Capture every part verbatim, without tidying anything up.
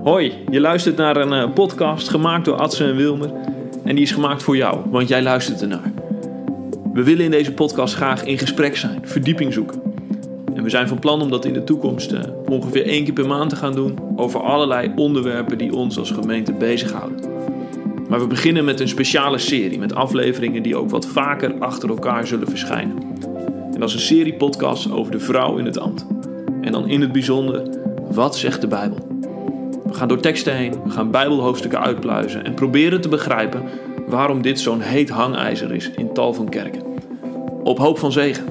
Hoi, je luistert naar een uh, podcast gemaakt door Adse en Wilmer. En die is gemaakt voor jou, want jij luistert ernaar. We willen in deze podcast graag in gesprek zijn, verdieping zoeken. En we zijn van plan om dat in de toekomst uh, ongeveer één keer per maand te gaan doen over allerlei onderwerpen die ons als gemeente bezighouden. Maar we beginnen met een speciale serie met afleveringen die ook wat vaker achter elkaar zullen verschijnen. En dat is een serie podcast over de vrouw in het ambt. En dan in het bijzonder, wat zegt de Bijbel? We gaan door teksten heen, we gaan Bijbelhoofdstukken uitpluizen en proberen te begrijpen waarom dit zo'n heet hangijzer is in tal van kerken. Op hoop van zegen.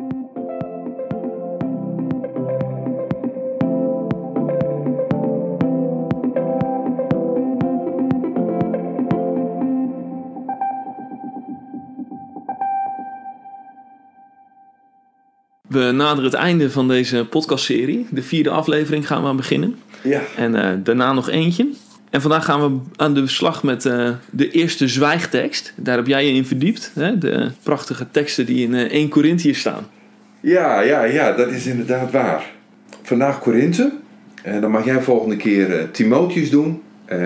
We naderen het einde van deze podcastserie. De vierde aflevering gaan we aan beginnen. Ja. En uh, daarna nog eentje. En vandaag gaan we aan de slag met uh, de eerste zwijgtekst. Daar heb jij je in verdiept. Hè? De prachtige teksten die in uh, Eerste Korintiërs staan. Ja, ja, ja, dat is inderdaad waar. Vandaag Korinthe. En dan mag jij volgende keer uh, Timotheus doen.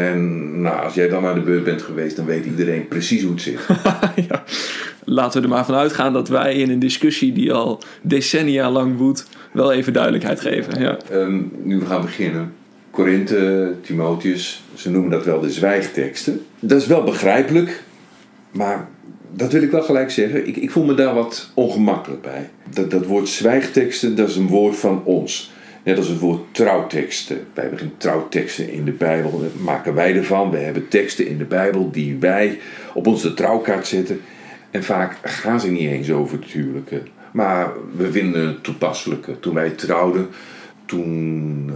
En nou, als jij dan naar de beurt bent geweest, dan weet iedereen precies hoe het zit. Ja. Laten we er maar van uitgaan dat wij in een discussie die al decennia lang woedt, wel even duidelijkheid geven. Ja. Um, nu we gaan beginnen. Korinthe, Timotheus, ze noemen dat wel de zwijgteksten. Dat is wel begrijpelijk, maar dat wil ik wel gelijk zeggen. Ik, ik voel me daar wat ongemakkelijk bij. Dat, dat woord zwijgteksten, dat is een woord van ons. Net als het woord trouwteksten. Wij hebben geen trouwteksten in de Bijbel. Dat maken wij ervan. We hebben teksten in de Bijbel die wij op onze trouwkaart zetten. En vaak gaan ze niet eens over het huwelijken. Maar we vinden het toepasselijk. Toen wij trouwden, toen...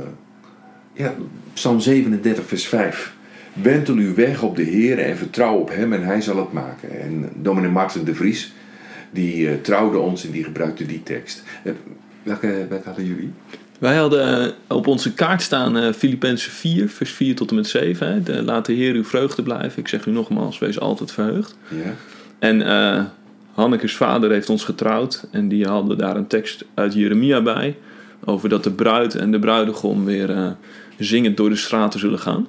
Ja, Psalm zevenendertig vers vijf. Wentel u weg op de Heer en vertrouw op hem en hij zal het maken. En dominee Marten de Vries, die uh, trouwde ons en die gebruikte die tekst. Uh, welke, welke hadden jullie? Wij hadden uh, op onze kaart staan uh, Filippenzen vier, vers vier tot en met zeven. Hè? De, laat de Heer uw vreugde blijven. Ik zeg u nogmaals, wees altijd verheugd. Ja. En uh, Hanneke's vader heeft ons getrouwd. En die hadden daar een tekst uit Jeremia bij. Over dat de bruid en de bruidegom weer uh, zingend door de straten zullen gaan.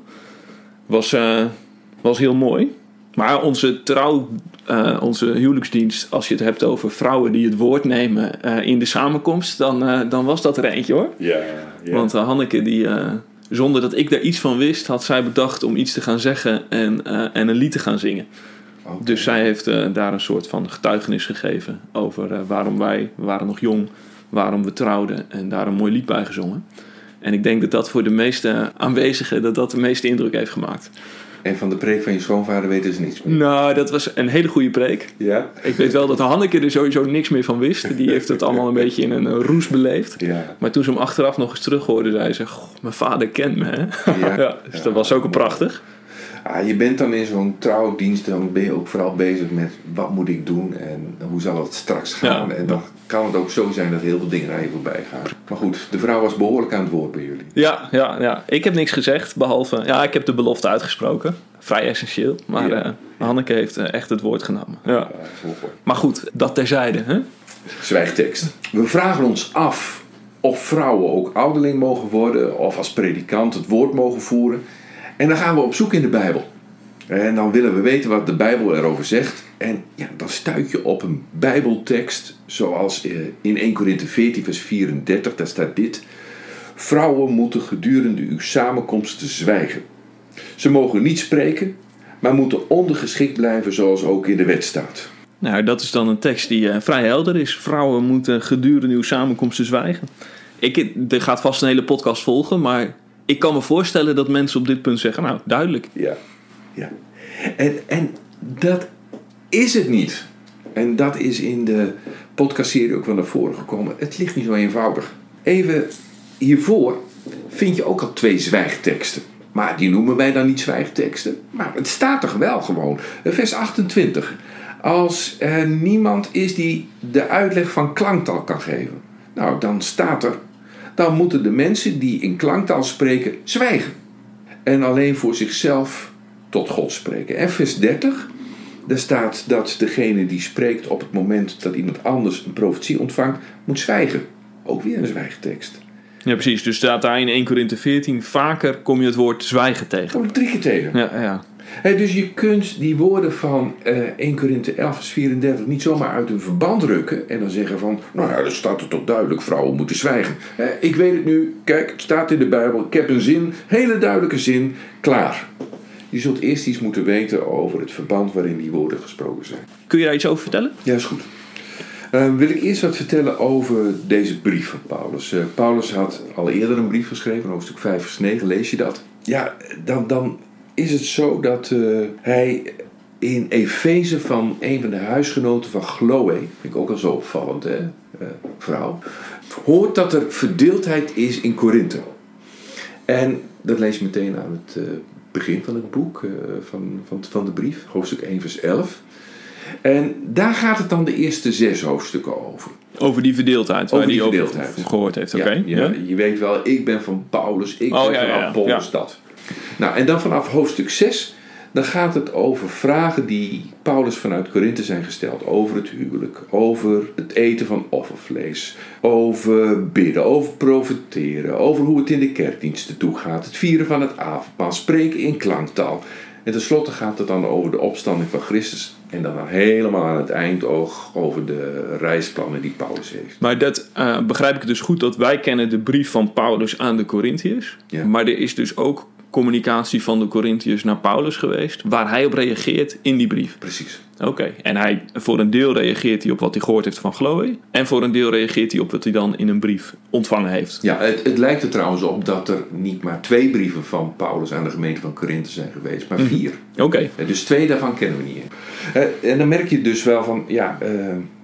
Was, uh, was heel mooi. Maar onze trouw, uh, onze huwelijksdienst, als je het hebt over vrouwen die het woord nemen uh, in de samenkomst, dan, uh, dan was dat er eentje hoor. Ja, ja. Want uh, Hanneke, die, uh, zonder dat ik daar iets van wist, had zij bedacht om iets te gaan zeggen en, uh, en een lied te gaan zingen. Okay. Dus zij heeft uh, daar een soort van getuigenis gegeven over uh, waarom wij, we waren nog jong, waarom we trouwden en daar een mooi lied bij gezongen. En ik denk dat dat voor de meeste aanwezigen dat dat de meeste indruk heeft gemaakt. En van de preek van je schoonvader weten ze niets meer? Nou, dat was een hele goede preek. Ja? Ik weet wel dat Hanneke er sowieso niks meer van wist. Die heeft het allemaal een beetje in een roes beleefd. Ja. Maar toen ze hem achteraf nog eens terug hoorde, zei ze, goh, mijn vader kent me. Hè? Ja. Ja, dus ja, dat was ook een prachtig. Ah, je bent dan in zo'n trouwdienst, dan ben je ook vooral bezig met wat moet ik doen en hoe zal het straks gaan. Ja. En dan kan het ook zo zijn dat heel veel dingen naar je voorbij gaan. Maar goed, de vrouw was behoorlijk aan het woord bij jullie. Ja, ja, ja. Ik heb niks gezegd, behalve, ja, ik heb de belofte uitgesproken. Vrij essentieel, maar ja. uh, Hanneke heeft uh, echt het woord genomen. Ja. Ja, maar goed, dat terzijde. Hè? Zwijgtekst. We vragen ons af of vrouwen ook ouderling mogen worden of als predikant het woord mogen voeren. En dan gaan we op zoek in de Bijbel. En dan willen we weten wat de Bijbel erover zegt. En ja, dan stuit je op een Bijbeltekst zoals in Eerste Korinthe veertien vers vierendertig. Daar staat dit. Vrouwen moeten gedurende uw samenkomsten zwijgen. Ze mogen niet spreken, maar moeten ondergeschikt blijven zoals ook in de wet staat. Nou, dat is dan een tekst die uh, vrij helder is. Vrouwen moeten gedurende uw samenkomsten zwijgen. Ik, er gaat vast een hele podcast volgen, maar ik kan me voorstellen dat mensen op dit punt zeggen, nou, duidelijk. Ja, ja. En, en dat is het niet. En dat is in de podcastserie ook wel naar voren gekomen. Het ligt niet zo eenvoudig. Even hiervoor vind je ook al twee zwijgteksten. Maar die noemen wij dan niet zwijgteksten. Maar het staat er wel gewoon. Vers achtentwintig. Als er niemand is die de uitleg van klanktaal kan geven. Nou, dan staat er. Dan moeten de mensen die in klanktaal spreken zwijgen. En alleen voor zichzelf tot God spreken. En vers dertig. Daar staat dat degene die spreekt op het moment dat iemand anders een profetie ontvangt, moet zwijgen. Ook weer een zwijgtekst. Ja, precies. Dus staat daar in één Korinthe veertien vaker kom je het woord zwijgen tegen. Kom ik drie keer tegen. Ja, ja. He, dus je kunt die woorden van uh, één Korinthe elf vers vierendertig niet zomaar uit hun verband rukken en dan zeggen van, nou ja, er staat er toch duidelijk, vrouwen moeten zwijgen. He, ik weet het nu, kijk, het staat in de Bijbel, ik heb een zin, hele duidelijke zin, klaar. Je zult eerst iets moeten weten over het verband waarin die woorden gesproken zijn. Kun je daar iets over vertellen? Ja, is goed. Uh, wil ik eerst wat vertellen over deze brief van Paulus. Uh, Paulus had al eerder een brief geschreven, hoofdstuk vijf vers negen, lees je dat? Ja, dan... dan is het zo dat uh, hij in Efeze van een van de huisgenoten van Chloe, vind ik ook al zo opvallend, hè, uh, vrouw, hoort dat er verdeeldheid is in Korinthe. En dat lees je meteen aan het uh, begin van het boek, uh, van, van, van de brief, hoofdstuk één vers elf. En daar gaat het dan de eerste zes hoofdstukken over. Over die verdeeldheid, waar over die hij verdeeldheid. over gehoord heeft, oké. Okay? Ja, ja, ja. Je weet wel, ik ben van Paulus, ik oh, ben ja, van ja, ja. Apollos, ja. dat. Nou, en dan vanaf hoofdstuk zes, dan gaat het over vragen die Paulus vanuit Korinthe zijn gesteld. Over het huwelijk, over het eten van offervlees, over bidden, over profeteren, over hoe het in de kerkdiensten toegaat, het vieren van het avondmaal, spreken in klanktaal. En tenslotte gaat het dan over de opstanding van Christus. En dan helemaal aan het eind ook over de reisplannen die Paulus heeft. Maar dat uh, begrijp ik dus goed, dat wij kennen de brief van Paulus aan de Korinthiërs. Ja. Maar er is dus ook communicatie van de Korinthiërs naar Paulus geweest, waar hij op reageert in die brief. Precies. Oké, okay. En hij, voor een deel reageert hij op wat hij gehoord heeft van Chloe. En voor een deel reageert hij op wat hij dan in een brief ontvangen heeft. Ja, het, het lijkt er trouwens op dat er niet maar twee brieven van Paulus aan de gemeente van Korinthe zijn geweest, maar vier. Oké. Okay. Dus twee daarvan kennen we niet. Uh, en dan merk je dus wel van, ja, uh,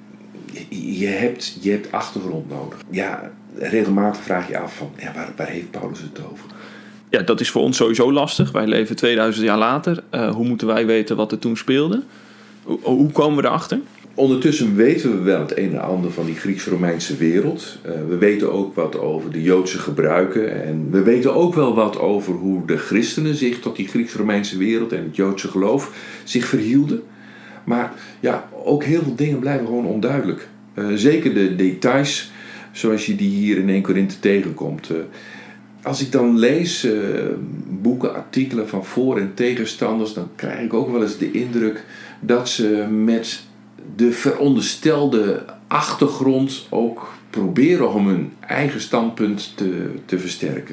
je, hebt, je hebt achtergrond nodig. Ja, regelmatig vraag je af van, ja, waar, waar heeft Paulus het over? Ja, dat is voor ons sowieso lastig. Wij leven tweeduizend jaar later. Uh, hoe moeten wij weten wat er toen speelde? Hoe, hoe komen we erachter? Ondertussen weten we wel het een en ander van die Grieks-Romeinse wereld. Uh, we weten ook wat over de Joodse gebruiken. En we weten ook wel wat over hoe de christenen zich tot die Grieks-Romeinse wereld en het Joodse geloof zich verhielden. Maar ja, ook heel veel dingen blijven gewoon onduidelijk. Uh, zeker de details zoals je die hier in één Korinthe tegenkomt. Uh, Als ik dan lees uh, boeken, artikelen van voor- en tegenstanders, dan krijg ik ook wel eens de indruk dat ze met de veronderstelde achtergrond ook proberen om hun eigen standpunt te, te versterken.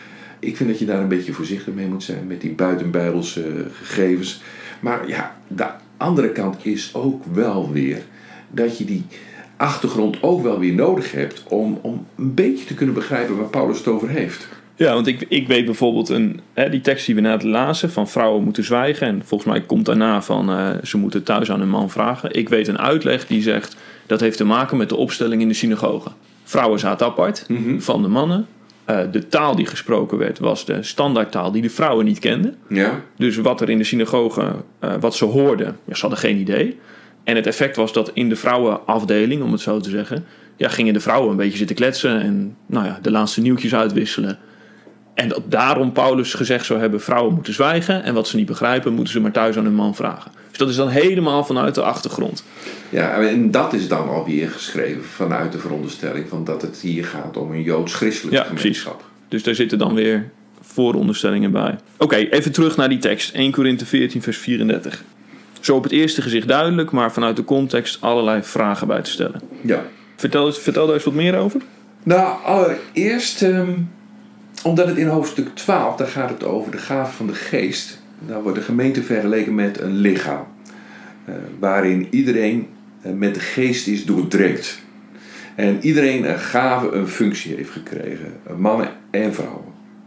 Ik vind dat je daar een beetje voorzichtig mee moet zijn met die buitenbijbelse gegevens. Maar ja, de andere kant is ook wel weer dat je die achtergrond ook wel weer nodig hebt om, om een beetje te kunnen begrijpen waar Paulus het over heeft. Ja, want ik, ik weet bijvoorbeeld een, hè, die tekst die we net lazen van vrouwen moeten zwijgen. En volgens mij komt daarna van uh, ze moeten thuis aan hun man vragen. Ik weet een uitleg die zegt dat heeft te maken met de opstelling in de synagoge. Vrouwen zaten apart mm-hmm. van de mannen. Uh, de taal die gesproken werd was de standaardtaal die de vrouwen niet kenden. Ja. Dus wat er in de synagoge, uh, wat ze hoorden, ja, ze hadden geen idee. En het effect was dat in de vrouwenafdeling, om het zo te zeggen, ja, gingen de vrouwen een beetje zitten kletsen en nou ja, de laatste nieuwtjes uitwisselen. En dat daarom Paulus gezegd zou hebben, vrouwen moeten zwijgen en wat ze niet begrijpen, moeten ze maar thuis aan hun man vragen. Dus dat is dan helemaal vanuit de achtergrond. Ja, en dat is dan alweer geschreven vanuit de veronderstelling van dat het hier gaat om een joods-christelijk ja, gemeenschap. Precies. Dus daar zitten dan weer vooronderstellingen bij. Oké, okay, even terug naar die tekst. één Korinthe veertien vers vierendertig. Zo op het eerste gezicht duidelijk, maar vanuit de context allerlei vragen bij te stellen. Ja. Vertel, vertel daar eens wat meer over. Nou, allereerst, um, omdat het in hoofdstuk twaalf, daar gaat het over de gaven van de geest. Daar wordt de gemeente vergeleken met een lichaam. Uh, waarin iedereen uh, met de geest is doordrenkt. En iedereen een gave, een functie heeft gekregen. Uh, mannen en vrouwen.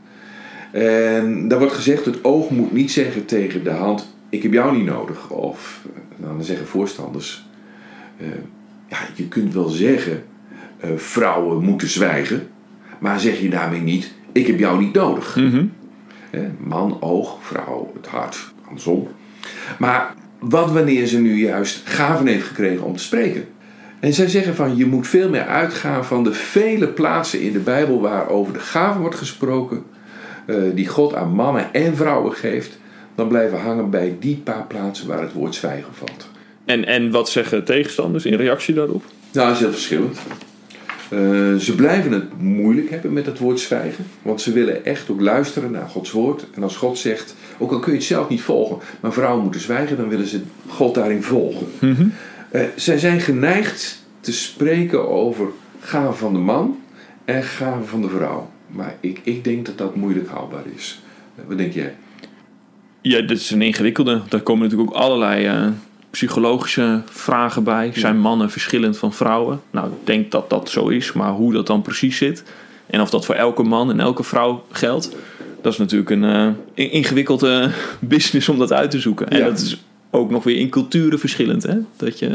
En daar wordt gezegd, het oog moet niet zeggen tegen de hand, ik heb jou niet nodig. Of dan zeggen voorstanders, uh, ja, je kunt wel zeggen, uh, vrouwen moeten zwijgen. Maar zeg je daarmee niet, ik heb jou niet nodig. Mm-hmm. Uh, man, oog, vrouw, het hart, andersom. Maar wat wanneer ze nu juist gaven heeft gekregen om te spreken? En zij zeggen van, je moet veel meer uitgaan van de vele plaatsen in de Bijbel waar over de gaven wordt gesproken, uh, die God aan mannen en vrouwen geeft, dan blijven hangen bij die paar plaatsen waar het woord zwijgen valt. En, en wat zeggen tegenstanders in reactie daarop? Nou, dat is heel verschillend. Uh, ze blijven het moeilijk hebben met het woord zwijgen. Want ze willen echt ook luisteren naar Gods woord. En als God zegt, ook al kun je het zelf niet volgen, maar vrouwen moeten zwijgen, dan willen ze God daarin volgen. Mm-hmm. Uh, zij zijn geneigd te spreken over gaven van de man en gaven van de vrouw. Maar ik, ik denk dat dat moeilijk haalbaar is. Uh, wat denk jij? Ja, dit is een ingewikkelde. Daar komen natuurlijk ook allerlei uh, psychologische vragen bij. Ja. Zijn mannen verschillend van vrouwen? Nou, ik denk dat dat zo is, maar hoe dat dan precies zit en of dat voor elke man en elke vrouw geldt, dat is natuurlijk een uh, ingewikkelde business om dat uit te zoeken. En ja. dat is ook nog weer in culturen verschillend, hè? Dat je,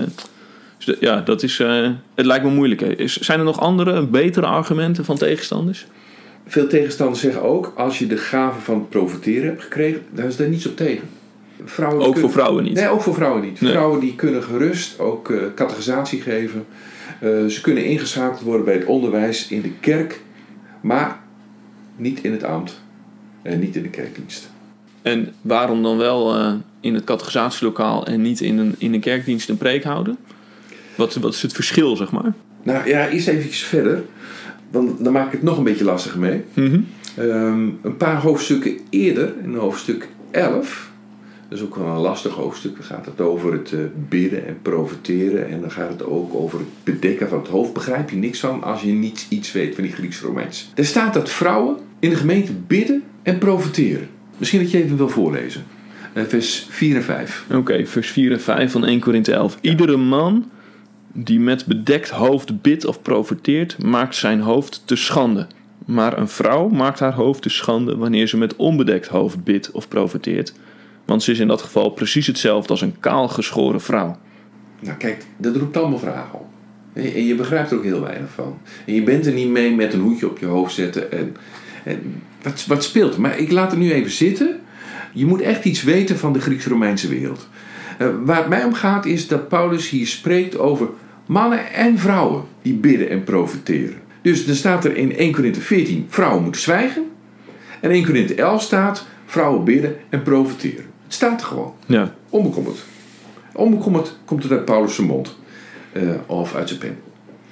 ja, dat is, uh, het lijkt me moeilijk. Hè? Is, zijn er nog andere, betere argumenten van tegenstanders? Veel tegenstanders zeggen ook, als je de gave van het profiteren hebt gekregen, dan is daar niets op tegen. Vrouwen ook kunnen, voor vrouwen niet? Nee, ook voor vrouwen niet. Nee. Vrouwen die kunnen gerust ook uh, catechisatie geven. Uh, ze kunnen ingeschakeld worden bij het onderwijs in de kerk, maar niet in het ambt en niet in de kerkdienst. En waarom dan wel uh, in het catechisatielokaal en niet in een, in een kerkdienst een preek houden? Wat, wat is het verschil, zeg maar? Nou ja, eerst even verder. Want dan maak ik het nog een beetje lastig mee. Mm-hmm. Um, een paar hoofdstukken eerder, in hoofdstuk elf, dat is ook wel een lastig hoofdstuk. Dan gaat het over het uh, bidden en profeteren. En dan gaat het ook over het bedekken van het hoofd. Begrijp je niks van als je niet iets weet van die Grieks-Romeins. Er staat dat vrouwen in de gemeente bidden en profeteren. Misschien dat je even wil voorlezen. Uh, vers vier en vijf. Oké, okay, vers vier en vijf van eerste Korinthe elf. Ja. Iedere man die met bedekt hoofd bidt of profeteert, maakt zijn hoofd te schande. Maar een vrouw maakt haar hoofd te schande wanneer ze met onbedekt hoofd bidt of profeteert. Want ze is in dat geval precies hetzelfde als een kaal geschoren vrouw. Nou kijk, dat roept allemaal vragen op. En je begrijpt er ook heel weinig van. En je bent er niet mee met een hoedje op je hoofd zetten. En, en wat, wat speelt er? Maar ik laat het nu even zitten. Je moet echt iets weten van de Grieks-Romeinse wereld. Uh, waar het mij om gaat is dat Paulus hier spreekt over mannen en vrouwen die bidden en profeteren. Dus dan staat er in eerste Korinthe veertien, vrouwen moeten zwijgen. En eerste Korinthe elf staat, vrouwen bidden en profeteren. Het staat er gewoon. Ja. Onbekommerd. Onbekommerd komt het uit Paulus' mond. Uh, of uit zijn pen.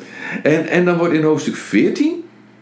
En, en dan wordt in hoofdstuk veertien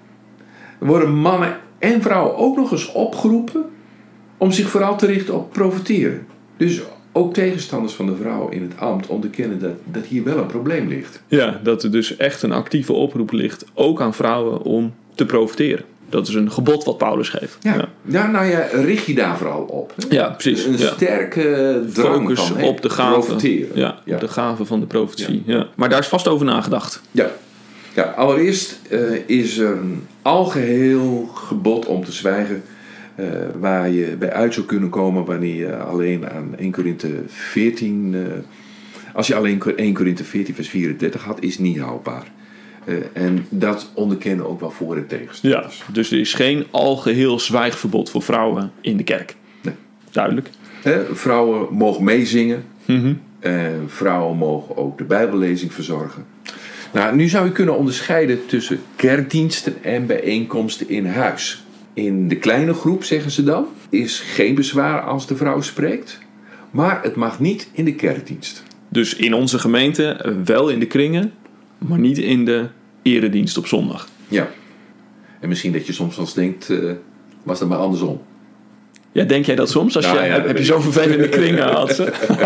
worden mannen en vrouwen ook nog eens opgeroepen om zich vooral te richten op profeteren. Dus ook tegenstanders van de vrouw in het ambt onderkennen dat, dat hier wel een probleem ligt. Ja, dat er dus echt een actieve oproep ligt, ook aan vrouwen, om te profiteren. Dat is een gebod wat Paulus geeft. Ja, ja. ja nou ja, richt je daar vooral op. Hè? Ja, precies. Een ja. sterke drang focus van, op de gave. Profiteren. Ja, ja, op de gave van de profetie. Ja. Ja. Maar daar is vast over nagedacht. Ja. Ja, allereerst uh, is er een algeheel gebod om te zwijgen, Uh, waar je bij uit zou kunnen komen wanneer je alleen aan eerste Korinthe veertien, uh, als je alleen eerste Korinthe veertien vers vierendertig had, is niet houdbaar. Uh, en dat onderkennen ook wel voor- en tegenstanders. Ja, dus er is geen algeheel zwijgverbod voor vrouwen in de kerk. Nee. Duidelijk. Uh, vrouwen mogen meezingen. Mm-hmm. En vrouwen mogen ook de bijbellezing verzorgen. Nou, nu zou je kunnen onderscheiden tussen kerkdiensten en bijeenkomsten in huis. In de kleine groep, zeggen ze dan, is geen bezwaar als de vrouw spreekt. Maar het mag niet in de kerkdienst. Dus in onze gemeente wel in de kringen, maar niet in de eredienst op zondag. Ja. En misschien dat je soms wel eens denkt, uh, was dat maar andersom. Ja, denk jij dat soms? Als nou, je, ja, heb, heb je zo'n vervelende kringen gehad?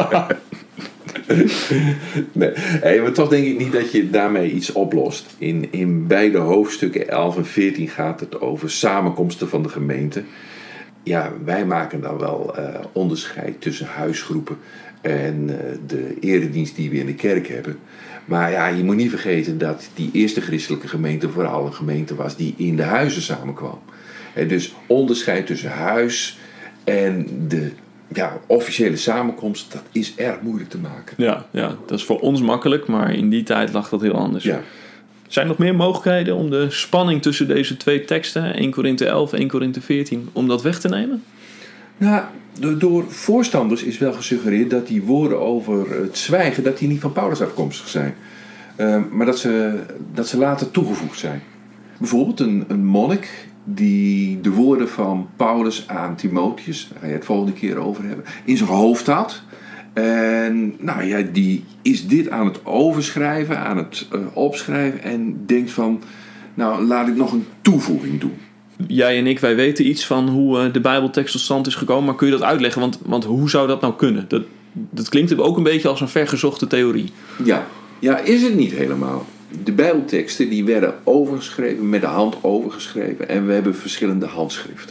Nee, hey, maar toch denk ik niet dat je daarmee iets oplost. In, in beide hoofdstukken elf en veertien gaat het over samenkomsten van de gemeente. Ja, wij maken dan wel uh, onderscheid tussen huisgroepen en uh, de eredienst die we in de kerk hebben. Maar ja, je moet niet vergeten dat die eerste christelijke gemeente vooral een gemeente was die in de huizen samenkwam. En dus onderscheid tussen huis en de ja, officiële samenkomst, dat is erg moeilijk te maken. Ja, ja, dat is voor ons makkelijk, maar in die tijd lag dat heel anders. Ja. Zijn er nog meer mogelijkheden om de spanning tussen deze twee teksten, eerste Korinthe elf, eerste Korinthe veertien, om dat weg te nemen? Nou, door voorstanders is wel gesuggereerd dat die woorden over het zwijgen, dat die niet van Paulus afkomstig zijn. Uh, maar dat ze, dat ze later toegevoegd zijn. Bijvoorbeeld een, een monnik die de woorden van Paulus aan Timotheus, daar ga je het volgende keer over hebben, in zijn hoofd had. En nou ja, die is dit aan het overschrijven, aan het uh, opschrijven en denkt van, nou laat ik nog een toevoeging doen. Jij en ik, wij weten iets van hoe uh, de Bijbeltekst tot stand is gekomen, maar kun je dat uitleggen? Want, want hoe zou dat nou kunnen? Dat, dat klinkt ook een beetje als een vergezochte theorie. Ja, ja, is het niet helemaal. De Bijbelteksten die werden overgeschreven, met de hand overgeschreven en we hebben verschillende handschriften.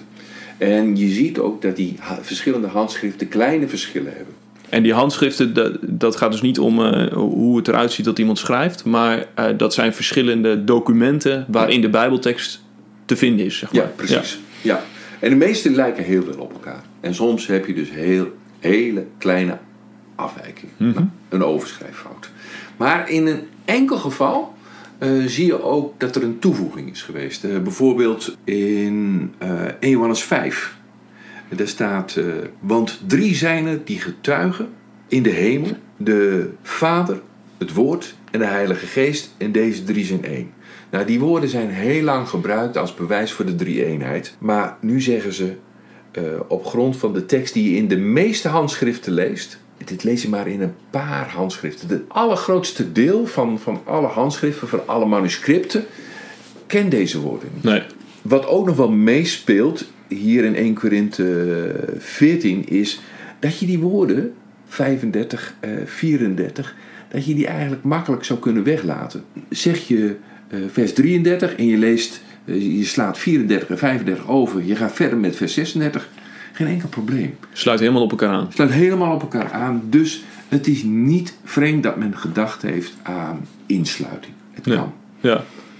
En je ziet ook dat die ha- verschillende handschriften kleine verschillen hebben. En die handschriften, dat, dat gaat dus niet om uh, hoe het eruit ziet dat iemand schrijft, maar uh, dat zijn verschillende documenten waarin de Bijbeltekst te vinden is, zeg maar. Ja, precies. Ja. Ja. En de meeste lijken heel veel op elkaar. En soms heb je dus heel, hele kleine afwijkingen. Mm-hmm. Nou, een overschrijffout. Maar in een enkel geval uh, zie je ook dat er een toevoeging is geweest. Uh, bijvoorbeeld in uh, eerste Johannes vijf. Daar staat, uh, want drie zijn er die getuigen in de hemel. De Vader, het Woord en de Heilige Geest. En deze drie zijn één. Nou, die woorden zijn heel lang gebruikt als bewijs voor de drie-eenheid. Maar nu zeggen ze, uh, op grond van de tekst die je in de meeste handschriften leest. Dit lees je maar in een paar handschriften. Het allergrootste deel van, van alle handschriften, van alle manuscripten, kent deze woorden niet. Nee. Wat ook nog wel meespeelt hier in eerste Korinthe veertien is dat je die woorden vijfendertig, vierendertig, dat je die eigenlijk makkelijk zou kunnen weglaten. Zeg je uh, vers drieëndertig en je leest, uh, je slaat vierendertig en vijfendertig over, je gaat verder met vers zesendertig, geen enkel probleem. Sluit helemaal op elkaar aan. Sluit helemaal op elkaar aan, dus het is niet vreemd dat men gedacht heeft aan insluiting. Het kan. Ja. Ja.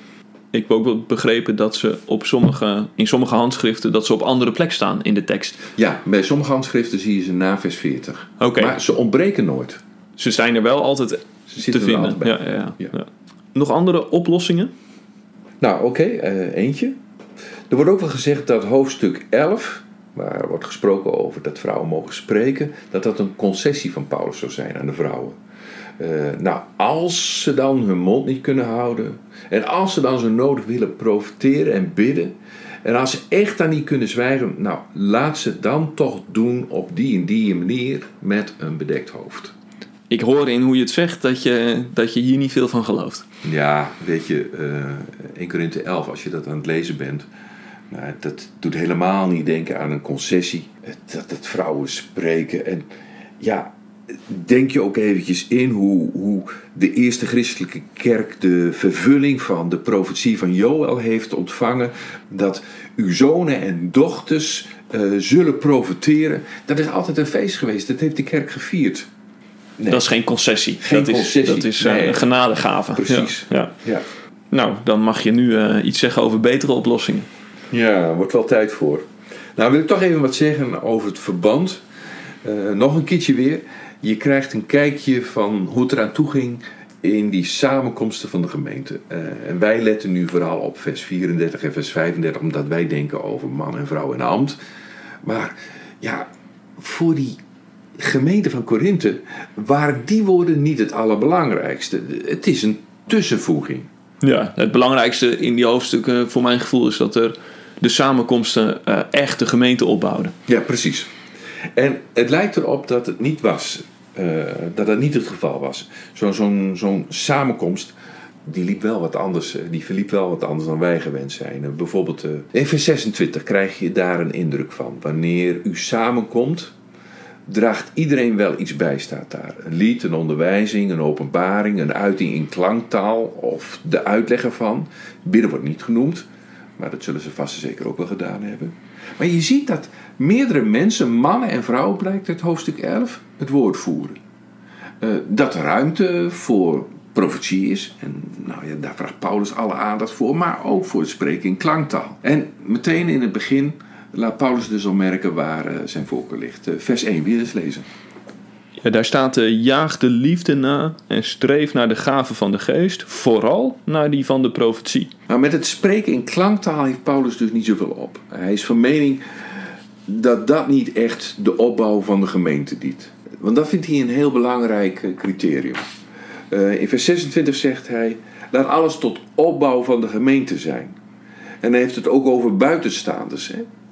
Ik heb ook wel begrepen dat ze op sommige, in sommige handschriften dat ze op andere plek staan in de tekst. Ja, bij sommige handschriften zie je ze na vers veertig. Okay. Maar ze ontbreken nooit. Ze zijn er wel altijd ze te vinden. Altijd bij. Ja, ja, Ja. Ja. Nog andere oplossingen? Nou, oké, okay, uh, eentje. Er wordt ook wel gezegd dat hoofdstuk elf, waar wordt gesproken over dat vrouwen mogen spreken, dat dat een concessie van Paulus zou zijn aan de vrouwen. Uh, nou, als ze dan hun mond niet kunnen houden en als ze dan zo nodig willen profiteren en bidden en als ze echt dan niet kunnen zwijgen, nou, laat ze dan toch doen op die en die manier met een bedekt hoofd. Ik hoor in hoe je het zegt dat je, dat je hier niet veel van gelooft. Ja, weet je, uh, eerste Korinthe elf, als je dat aan het lezen bent, nou, dat doet helemaal niet denken aan een concessie. Dat, dat vrouwen spreken en ja, denk je ook eventjes in hoe, hoe de eerste christelijke kerk de vervulling van de profetie van Joël heeft ontvangen. Dat uw zonen en dochters uh, zullen profeteren. Dat is altijd een feest geweest. Dat heeft de kerk gevierd. Nee. Dat is geen concessie. Geen dat concessie. Is, dat is uh, nee. een genadegave. Precies. Ja. Ja. Ja. Nou, dan mag je nu uh, iets zeggen over betere oplossingen. Ja, wordt wel tijd voor. Nou, wil ik toch even wat zeggen over het verband. Uh, nog een keertje weer. Je krijgt een kijkje van hoe het eraan toe ging in die samenkomsten van de gemeente. Uh, en wij letten nu vooral op vers vierendertig en vers vijfendertig, omdat wij denken over man en vrouw en ambt. Maar ja, voor die gemeente van Korinthe waren die woorden niet het allerbelangrijkste. Het is een tussenvoeging. Ja, het belangrijkste in die hoofdstukken voor mijn gevoel is dat er de samenkomsten uh, echt de gemeente opbouwden. Ja, precies. En het lijkt erop dat het niet was. Uh, dat dat niet het geval was. Zo, zo'n, zo'n samenkomst, die liep wel wat anders. Die verliep wel wat anders dan wij gewend zijn. Uh, bijvoorbeeld uh, in vers zesentwintig krijg je daar een indruk van. Wanneer u samenkomt, draagt iedereen wel iets bij, staat daar. Een lied, een onderwijzing, een openbaring, een uiting in klanktaal of de uitleg ervan. Bidden wordt niet genoemd, maar dat zullen ze vast en zeker ook wel gedaan hebben. Maar je ziet dat meerdere mensen, mannen en vrouwen, blijkt uit hoofdstuk elf, het woord voeren. Uh, dat er ruimte voor profetie is. En nou ja, daar vraagt Paulus alle aandacht voor, maar ook voor het spreken in klanktaal. En meteen in het begin laat Paulus dus al merken waar uh, zijn voorkeur ligt. Uh, vers één, wil je eens lezen? Ja, daar staat, uh, jaag de liefde na en streef naar de gave van de geest, vooral naar die van de profetie. Nou, met het spreken in klanktaal heeft Paulus dus niet zoveel op. Hij is van mening dat dat niet echt de opbouw van de gemeente dient. Want dat vindt hij een heel belangrijk uh, criterium. Uh, in vers zesentwintig zegt hij, laat alles tot opbouw van de gemeente zijn. En hij heeft het ook over buitenstaanders. Hè?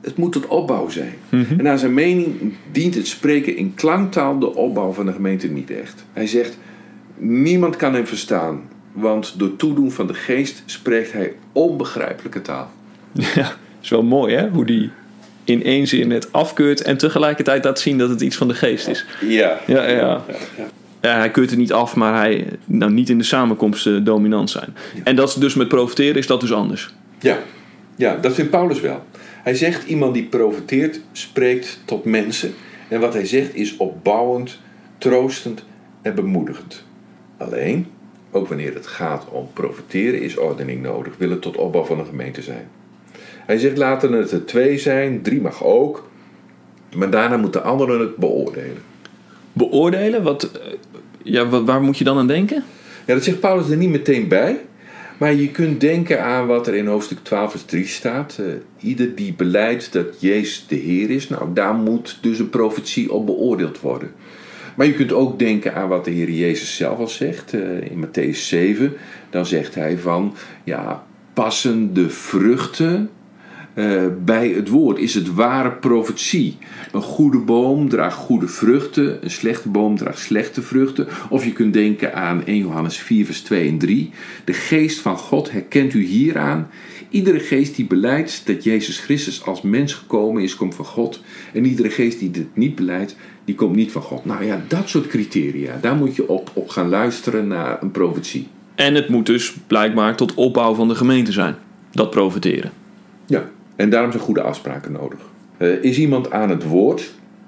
het moet tot opbouw zijn. Mm-hmm. En naar zijn mening dient het spreken in klanktaal de opbouw van de gemeente niet echt. Hij zegt, niemand kan hem verstaan, want door toedoen van de geest spreekt hij onbegrijpelijke taal. Ja, dat is wel mooi hè, hoe die in één zin het afkeurt en tegelijkertijd laat zien dat het iets van de geest is. Ja. Ja, ja. ja. ja. Ja, hij keurt het niet af, maar hij nou niet in de samenkomst uh, dominant zijn. Ja. En dat is dus met profeteren is dat dus anders. Ja. ja, dat vindt Paulus wel. Hij zegt, iemand die profeteert spreekt tot mensen. En wat hij zegt is opbouwend, troostend en bemoedigend. Alleen, ook wanneer het gaat om profeteren, is ordening nodig. Wil het tot opbouw van een gemeente zijn. Hij zegt, laten het er twee zijn, drie mag ook. Maar daarna moeten anderen het beoordelen. Beoordelen? Wat, ja, wat, waar moet je dan aan denken? Ja, dat zegt Paulus er niet meteen bij. Maar je kunt denken aan wat er in hoofdstuk twaalf vers drie staat. Uh, ieder die belijdt dat Jezus de Heer is. Nou, daar moet dus een profetie op beoordeeld worden. Maar je kunt ook denken aan wat de Heer Jezus zelf al zegt. Uh, in Mattheüs zeven. Dan zegt hij van, ja, passen de vruchten uh, bij het woord. Is het ware profetie. Een goede boom draagt goede vruchten. Een slechte boom draagt slechte vruchten. Of je kunt denken aan eerste Johannes vier vers twee en drie. De geest van God herkent u hieraan. Iedere geest die belijdt dat Jezus Christus als mens gekomen is, komt van God. En iedere geest die dit niet belijdt, die komt niet van God. Nou ja, dat soort criteria. Daar moet je op, op gaan luisteren naar een profetie. En het moet dus blijkbaar tot opbouw van de gemeente zijn. Dat profeteren. Ja, en daarom zijn goede afspraken nodig. Uh, is iemand aan het woord,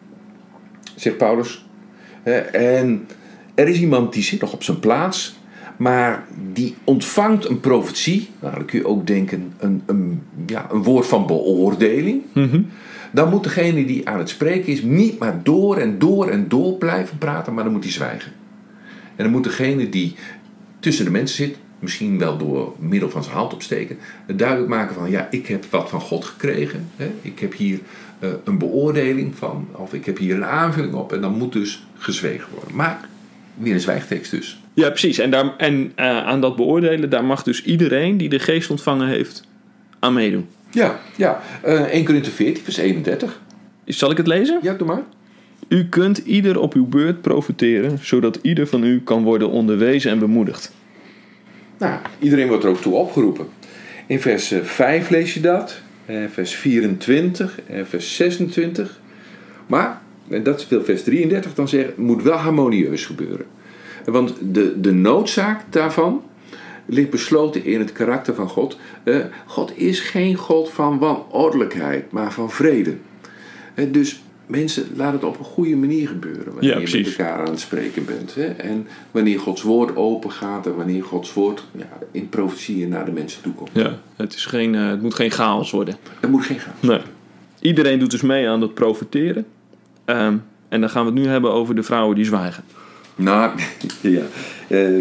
zegt Paulus. Uh, en er is iemand die zit nog op zijn plaats, maar die ontvangt een profetie. Nou, dan kun je ook denken een, een, ja, een woord van beoordeling. Mm-hmm. Dan moet degene die aan het spreken is niet maar door en door en door blijven praten, maar dan moet hij zwijgen. En dan moet degene die tussen de mensen zit, misschien wel door middel van zijn hand opsteken, duidelijk maken van, ja, ik heb wat van God gekregen. Hè? Ik heb hier uh, een beoordeling van, of ik heb hier een aanvulling op. En dan moet dus gezwegen worden. Maar weer een zwijgtekst dus. Ja, precies. En, daar, en uh, aan dat beoordelen, daar mag dus iedereen die de geest ontvangen heeft aan meedoen. Ja, ja. Uh, eerste Korinthe veertien vers eenendertig. Zal ik het lezen? Ja, doe maar. U kunt ieder op uw beurt profiteren, zodat ieder van u kan worden onderwezen en bemoedigd. Nou, iedereen wordt er ook toe opgeroepen. In vers vijf lees je dat, vers vierentwintig en vers zesentwintig. Maar, en dat wil vers drieëndertig dan zeggen, het moet wel harmonieus gebeuren. Want de, de noodzaak daarvan ligt besloten in het karakter van God. Uh, God is geen God van wanordelijkheid, maar van vrede. Uh, dus mensen, laat het op een goede manier gebeuren. Wanneer ja, je met elkaar aan het spreken bent. Hè? En wanneer Gods woord open gaat. En wanneer Gods woord ja, in profetieën naar de mensen toe komt. Ja, het, is geen, uh, het moet geen chaos worden. Het moet geen chaos nee. worden. Iedereen doet dus mee aan dat profeteren. Um, en dan gaan we het nu hebben over de vrouwen die zwijgen. Nou, ja. Uh,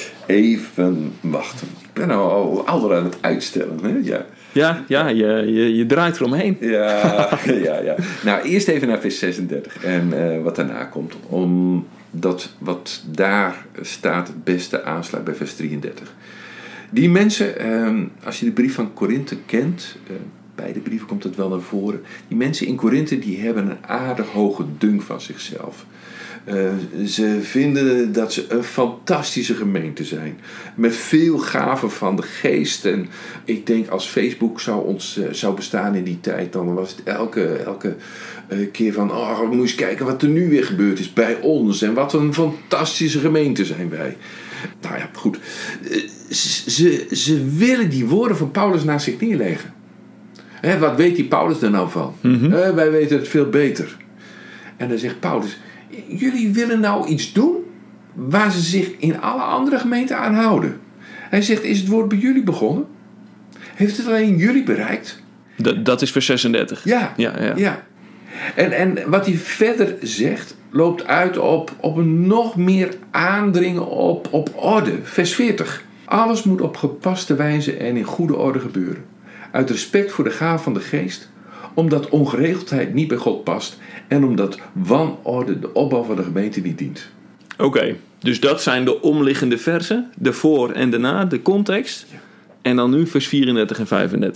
even wachten. Ik ben nou al, al aan het uitstellen. Hè? Ja. Ja, ja je, je, je draait eromheen. Ja, ja, ja. Nou, eerst even naar vers zesendertig en uh, wat daarna komt. Omdat wat daar staat het beste aansluit bij vers drieëndertig. Die mensen, uh, als je de brief van Korinthe kent, uh, beide brieven komt het wel naar voren. Die mensen in Korinthe die hebben een aardig hoge dunk van zichzelf. Uh, ze vinden dat ze een fantastische gemeente zijn. Met veel gaven van de geest. En ik denk als Facebook zou, ons, uh, zou bestaan in die tijd, dan was het elke, elke uh, keer van, oh, we moeten eens kijken wat er nu weer gebeurd is bij ons. En wat een fantastische gemeente zijn wij. Nou ja, goed. Uh, ze, ze willen die woorden van Paulus naast zich neerleggen. Hè, wat weet die Paulus er nou van? Mm-hmm. Uh, wij weten het veel beter. En dan zegt Paulus, jullie willen nou iets doen waar ze zich in alle andere gemeenten aan houden. Hij zegt, is het woord bij jullie begonnen? Heeft het alleen jullie bereikt? Dat, dat is vers zesendertig. Ja, ja, ja. ja. En, en wat hij verder zegt, loopt uit op, op een nog meer aandringen op, op orde. Vers veertig. Alles moet op gepaste wijze en in goede orde gebeuren. Uit respect voor de gaven van de geest, omdat ongeregeldheid niet bij God past en omdat wanorde de opbouw van de gemeente niet dient. Oké, okay, dus dat zijn de omliggende versen, de voor en daarna, de context. Ja. En dan nu vers vierendertig en vijfendertig.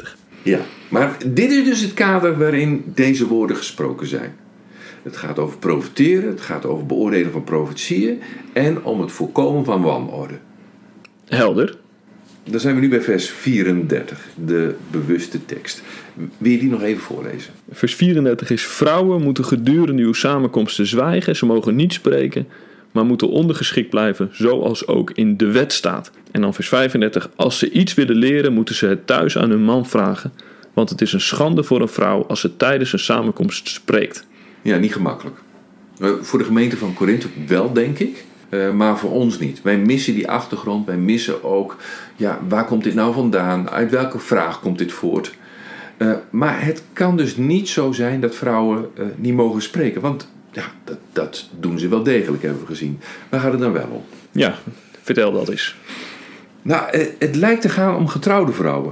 Ja, maar dit is dus het kader waarin deze woorden gesproken zijn. Het gaat over profeteren, het gaat over beoordelen van profetieën en om het voorkomen van wanorde. Helder. Dan zijn we nu bij vers vierendertig, de bewuste tekst. Wil je die nog even voorlezen? Vers vierendertig is: vrouwen moeten gedurende uw samenkomsten zwijgen. Ze mogen niet spreken, maar moeten ondergeschikt blijven, zoals ook in de wet staat. En dan vers vijfendertig: als ze iets willen leren, moeten ze het thuis aan hun man vragen. Want het is een schande voor een vrouw als ze tijdens een samenkomst spreekt. Ja, niet gemakkelijk. Voor de gemeente van Korinthe wel, denk ik. Uh, maar voor ons niet. Wij missen die achtergrond. Wij missen ook, ja, waar komt dit nou vandaan? Uit welke vraag komt dit voort? Uh, maar het kan dus niet zo zijn dat vrouwen uh, niet mogen spreken. Want ja, dat, dat doen ze wel degelijk, hebben we gezien. Waar gaat het dan wel om? Ja, vertel dat eens. Nou, het, het lijkt te gaan om getrouwde vrouwen.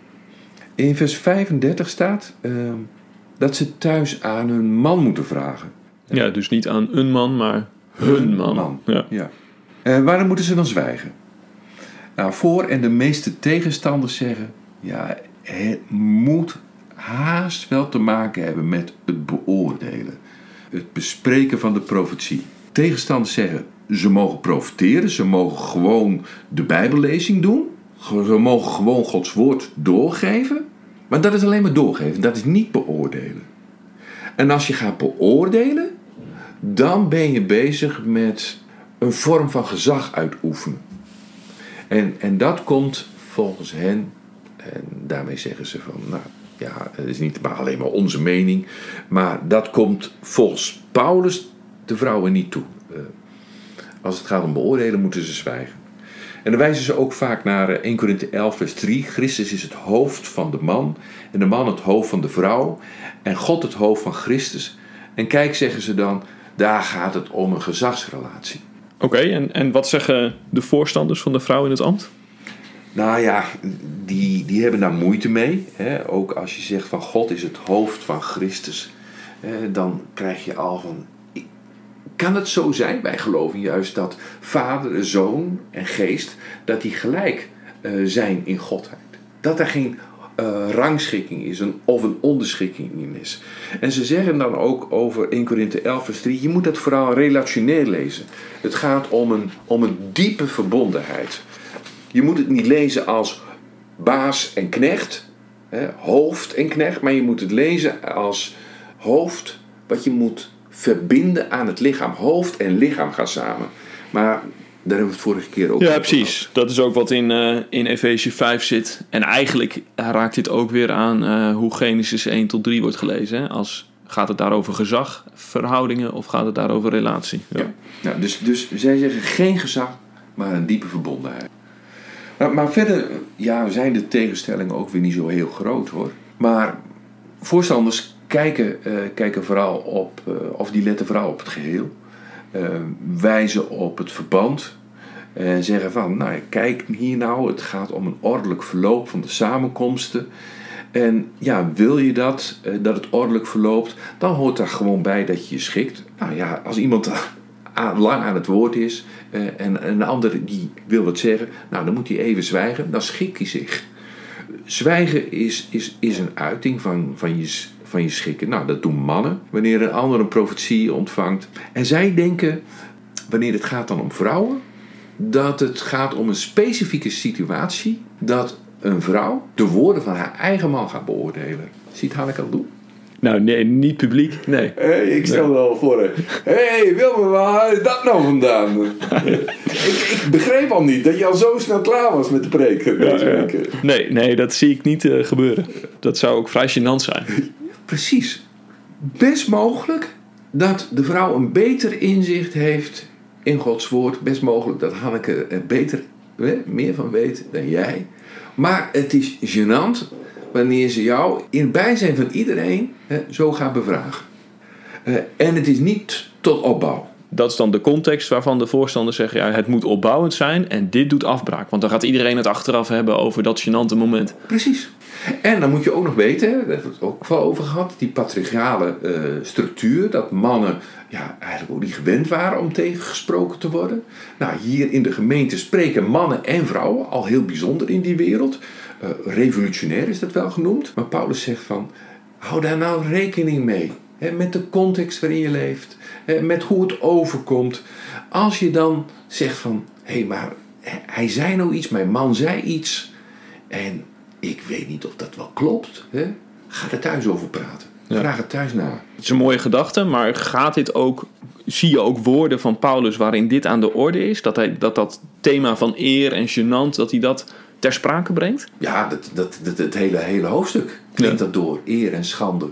In vers vijfendertig staat uh, dat ze thuis aan hun man moeten vragen. Ja, dus niet aan een man, maar hun man. man. Ja. Ja. Uh, waarom moeten ze dan zwijgen? Nou, voor- en de meeste tegenstanders zeggen, ja, het moet haast wel te maken hebben met het beoordelen. Het bespreken van de profetie. Tegenstanders zeggen, ze mogen profeteren, ze mogen gewoon de bijbellezing doen. Ze mogen gewoon Gods woord doorgeven. Maar dat is alleen maar doorgeven, dat is niet beoordelen. En als je gaat beoordelen, dan ben je bezig met een vorm van gezag uitoefenen. En, en dat komt volgens hen, en daarmee zeggen ze van, nou ja, het is niet maar alleen maar onze mening, maar dat komt volgens Paulus de vrouwen niet toe. Uh, als het gaat om beoordelen, moeten ze zwijgen. En dan wijzen ze ook vaak naar Eerste Korinthe elf vers drie. Christus is het hoofd van de man en de man het hoofd van de vrouw en God het hoofd van Christus. En kijk, zeggen ze dan, daar gaat het om een gezagsrelatie. Oké, okay, en, en wat zeggen de voorstanders van de vrouw in het ambt? Nou ja, die, die hebben daar moeite mee. Hè? Ook als je zegt van God is het hoofd van Christus. Eh, dan krijg je al van, kan het zo zijn? Wij geloven juist dat Vader, Zoon en Geest, dat die gelijk uh, zijn in Godheid. Dat er geen uh, rangschikking is een, of een onderschikking in is. En ze zeggen dan ook over Eerste Korinthe elf vers drie, je moet dat vooral relationeel lezen. Het gaat om een, om een diepe verbondenheid. Je moet het niet lezen als baas en knecht, hè, hoofd en knecht, maar je moet het lezen als hoofd wat je moet verbinden aan het lichaam. Hoofd en lichaam gaan samen. Maar daar hebben we het vorige keer ook ja, over precies. gehad. Dat is ook wat in, uh, in Efeze vijf zit. En eigenlijk raakt dit ook weer aan uh, hoe Genesis één tot drie wordt gelezen. Hè? Als, gaat het daar over gezag, verhoudingen of gaat het daar over relatie? Ja. Ja. Ja, dus, dus zij zeggen geen gezag, maar een diepe verbondenheid. Maar, maar verder ja, zijn de tegenstellingen ook weer niet zo heel groot hoor. Maar voorstanders kijken, uh, kijken vooral op, uh, of die letten vooral op het geheel. Uh, wijzen op het verband. En zeggen van, nou kijk hier nou, het gaat om een ordelijk verloop van de samenkomsten. En ja, wil je dat, uh, dat het ordelijk verloopt, dan hoort daar gewoon bij dat je je schikt. Nou ja, als iemand aan, lang aan het woord is uh, en, en een ander die wil wat zeggen, nou dan moet hij even zwijgen, dan schikt hij zich. Zwijgen is, is, is een uiting van, van, je, van je schikken. Nou, dat doen mannen wanneer een ander een profetie ontvangt. En zij denken, wanneer het gaat dan om vrouwen, dat het gaat om een specifieke situatie dat een vrouw de woorden van haar eigen man gaat beoordelen. Ziet Hanneke al doen? Nou, nee, niet publiek, nee. Hey, ik stel me wel voor. Hé, hey, Wilma, waar is dat nou vandaan? ik, ik begreep al niet dat je al zo snel klaar was met de preek deze ja, ja. week. Nee, nee, dat zie ik niet uh, gebeuren. Dat zou ook vrij gênant zijn. Precies. Best mogelijk dat de vrouw een beter inzicht heeft in Gods woord. Best mogelijk dat Hanneke er beter, meer van weet dan jij. Maar het is gênant wanneer ze jou in het bijzijn van iedereen hè, zo gaat bevragen. Uh, en het is niet tot opbouw. Dat is dan de context waarvan de voorstanders zeggen, ja, het moet opbouwend zijn en dit doet afbraak. Want dan gaat iedereen het achteraf hebben over dat gênante moment. Precies. En dan moet je ook nog weten, daar hebben we het ook wel over gehad, die patriarchale uh, structuur, dat mannen ja, eigenlijk ook niet gewend waren om tegengesproken te worden. Nou, hier in de gemeente spreken mannen en vrouwen, al heel bijzonder in die wereld. Uh, revolutionair is dat wel genoemd. Maar Paulus zegt van, hou daar nou rekening mee. Hè, met de context waarin je leeft. Hè, met hoe het overkomt. Als je dan zegt van, hé, hey, maar hij zei nou iets, mijn man zei iets. En ik weet niet of dat wel klopt. Hè? Ga er thuis over praten. Ja. Vraag het thuis na. Het is een mooie gedachte, maar gaat dit ook, zie je ook woorden van Paulus waarin dit aan de orde is? Dat hij, dat, dat thema van eer en gênant, dat hij dat ter sprake brengt? Ja, dat, dat, dat, het hele, hele hoofdstuk klinkt ja. dat door. Eer en schande.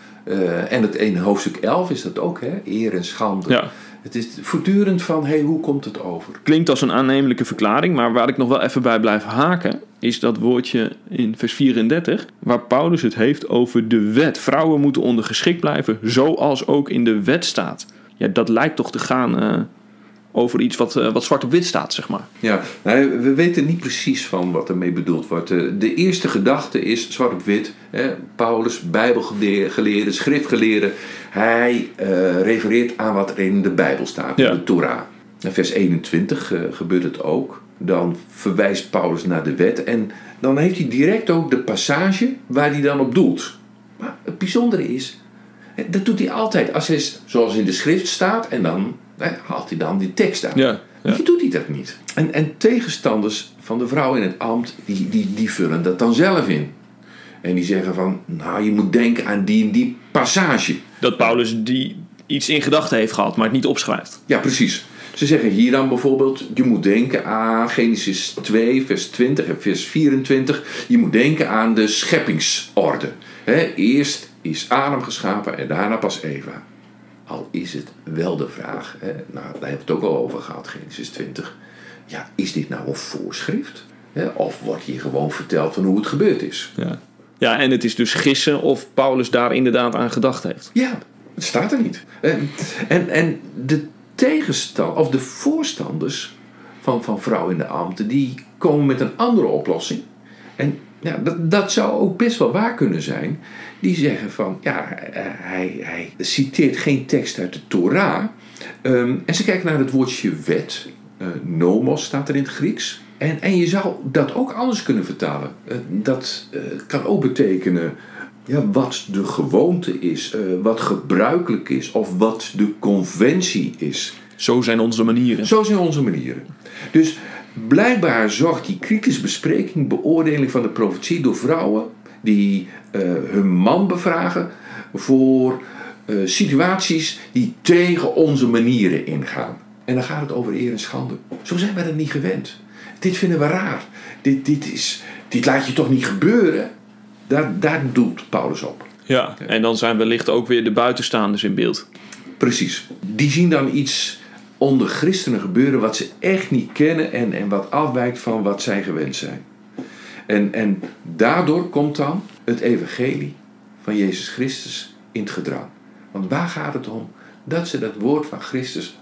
Uh, en het in hoofdstuk elf is dat ook, hè? Eer en schande. Ja. Het is voortdurend van, hey, hoe komt het over? Klinkt als een aannemelijke verklaring, maar waar ik nog wel even bij blijf haken, is dat woordje in vers vierendertig, waar Paulus het heeft over de wet. Vrouwen moeten ondergeschikt blijven, zoals ook in de wet staat. Ja, dat lijkt toch te gaan uh, over iets wat, uh, wat zwart op wit staat, zeg maar. Ja, nou, we weten niet precies van wat ermee bedoeld wordt. De eerste gedachte is zwart op wit. Hè? Paulus, bijbelgeleerde, schriftgeleerde, hij uh, refereert aan wat er in de Bijbel staat, ja. in de Torah. In vers eenentwintig uh, gebeurt het ook. Dan verwijst Paulus naar de wet en dan heeft hij direct ook de passage waar hij dan op doelt. Maar het bijzondere is, dat doet hij altijd. Als hij, zoals in de schrift staat en dan hè, haalt hij dan die tekst aan. Ja, ja. Je doet hij dat niet. En, en tegenstanders van de vrouw in het ambt, die, die, die vullen dat dan zelf in. En die zeggen van, nou, je moet denken aan die en die passage. Dat Paulus die iets in gedachten heeft gehad, maar het niet opschrijft. Ja, precies. Ze zeggen hier dan bijvoorbeeld, je moet denken aan Genesis twee, vers twintig en vers vierentwintig. Je moet denken aan de scheppingsorde. He, eerst is Adam geschapen en daarna pas Eva. Al is het wel de vraag, he, nou, daar hebben we het ook al over gehad, Genesis twintig. Ja, is dit nou een voorschrift? He, of wordt hier gewoon verteld van hoe het gebeurd is? Ja. Ja, en het is dus gissen of Paulus daar inderdaad aan gedacht heeft. Ja, het staat er niet. En, en, en de tegenstand, of de voorstanders van, van vrouwen in de ambten, die komen met een andere oplossing. En ja, dat, dat zou ook best wel waar kunnen zijn. Die zeggen van, ja, hij, hij citeert geen tekst uit de Torah. Um, en ze kijken naar het woordje wet. Uh, nomos staat er in het Grieks. En, en je zou dat ook anders kunnen vertalen. Uh, dat uh, kan ook betekenen ja, wat de gewoonte is, uh, wat gebruikelijk is of wat de conventie is. Zo zijn onze manieren. Zo zijn onze manieren. Dus blijkbaar zorgt die kritische bespreking, beoordeling van de profetie door vrouwen die uh, hun man bevragen voor uh, situaties die tegen onze manieren ingaan. En dan gaat het over eer en schande. Zo zijn wij dat niet gewend. Dit vinden we raar. Dit, dit, is, dit laat je toch niet gebeuren? Daar, daar doelt Paulus op. Ja, en dan zijn wellicht ook weer de buitenstaanders in beeld. Precies. Die zien dan iets onder christenen gebeuren wat ze echt niet kennen en, en wat afwijkt van wat zij gewend zijn. En, en daardoor komt dan het evangelie van Jezus Christus in het gedrang. Want waar gaat het om? Dat ze dat woord van Christus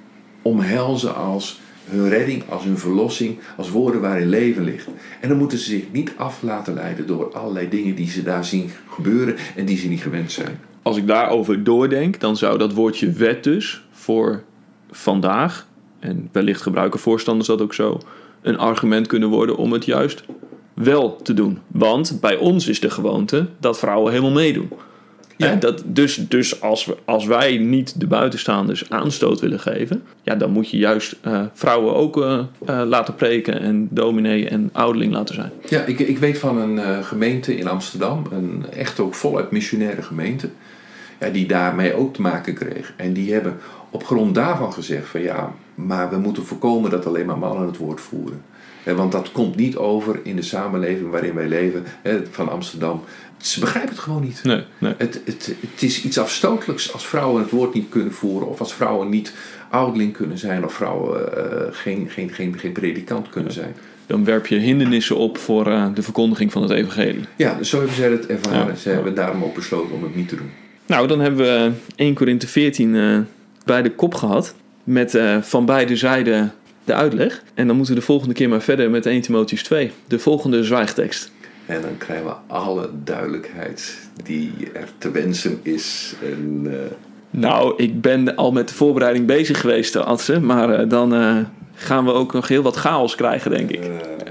omhelzen als hun redding, als hun verlossing, als woorden waarin leven ligt. En dan moeten ze zich niet af laten leiden door allerlei dingen die ze daar zien gebeuren en die ze niet gewend zijn. Als ik daarover doordenk, dan zou dat woordje wet dus voor vandaag, en wellicht gebruiken voorstanders dat ook zo, een argument kunnen worden om het juist wel te doen. Want bij ons is de gewoonte dat vrouwen helemaal meedoen. Ja. Eh, dat, dus dus als, we, als wij niet de buitenstaanders aanstoot willen geven, ja, dan moet je juist uh, vrouwen ook uh, uh, laten preken en dominee en ouderling laten zijn. Ja, ik, ik weet van een uh, gemeente in Amsterdam, een echt ook voluit missionaire gemeente, ja, die daarmee ook te maken kreeg. En die hebben op grond daarvan gezegd van ja, maar we moeten voorkomen dat alleen maar mannen het woord voeren. Eh, want dat komt niet over in de samenleving waarin wij leven, eh, van Amsterdam. Ze begrijpen het gewoon niet. Nee, nee. Het, het, het is iets afstotelijks als vrouwen het woord niet kunnen voeren, of als vrouwen niet ouderling kunnen zijn, of vrouwen uh, geen, geen, geen, geen predikant kunnen zijn. Dan werp je hindernissen op voor uh, de verkondiging van het evangelie. Ja, dus zo hebben zij het ervaren. Ja. Ze hebben daarom ook besloten om het niet te doen. Nou, dan hebben we Eerste Korinthe veertien uh, bij de kop gehad. Met uh, van beide zijden de uitleg. En dan moeten we de volgende keer maar verder met Eerste Timotheüs twee. De volgende zwijgtekst. En dan krijgen we alle duidelijkheid die er te wensen is. En, uh... Nou, ik ben al met de voorbereiding bezig geweest, Adse. Maar uh, dan uh, gaan we ook nog heel wat chaos krijgen, denk ik. Uh,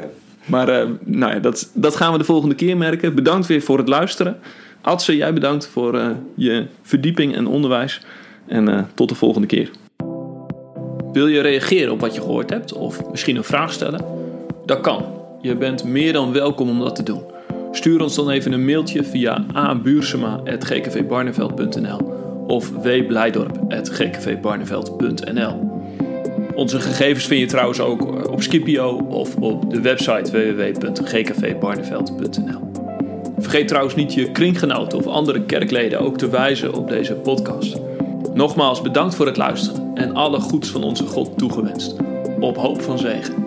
Maar uh, nou ja, dat, dat gaan we de volgende keer merken. Bedankt weer voor het luisteren. Adse, jij bedankt voor uh, je verdieping en onderwijs. En uh, tot de volgende keer. Wil je reageren op wat je gehoord hebt? Of misschien een vraag stellen? Dat kan. Je bent meer dan welkom om dat te doen. Stuur ons dan even een mailtje via a buursema apenstaartje g k v barneveld punt n l of w blijdorp apenstaartje g k v barneveld punt n l. Onze gegevens vind je trouwens ook op Scipio of op de website w w w punt g k v barneveld punt n l. Vergeet trouwens niet je kringgenoten of andere kerkleden ook te wijzen op deze podcast. Nogmaals bedankt voor het luisteren en alle goeds van onze God toegewenst. Op hoop van zegen.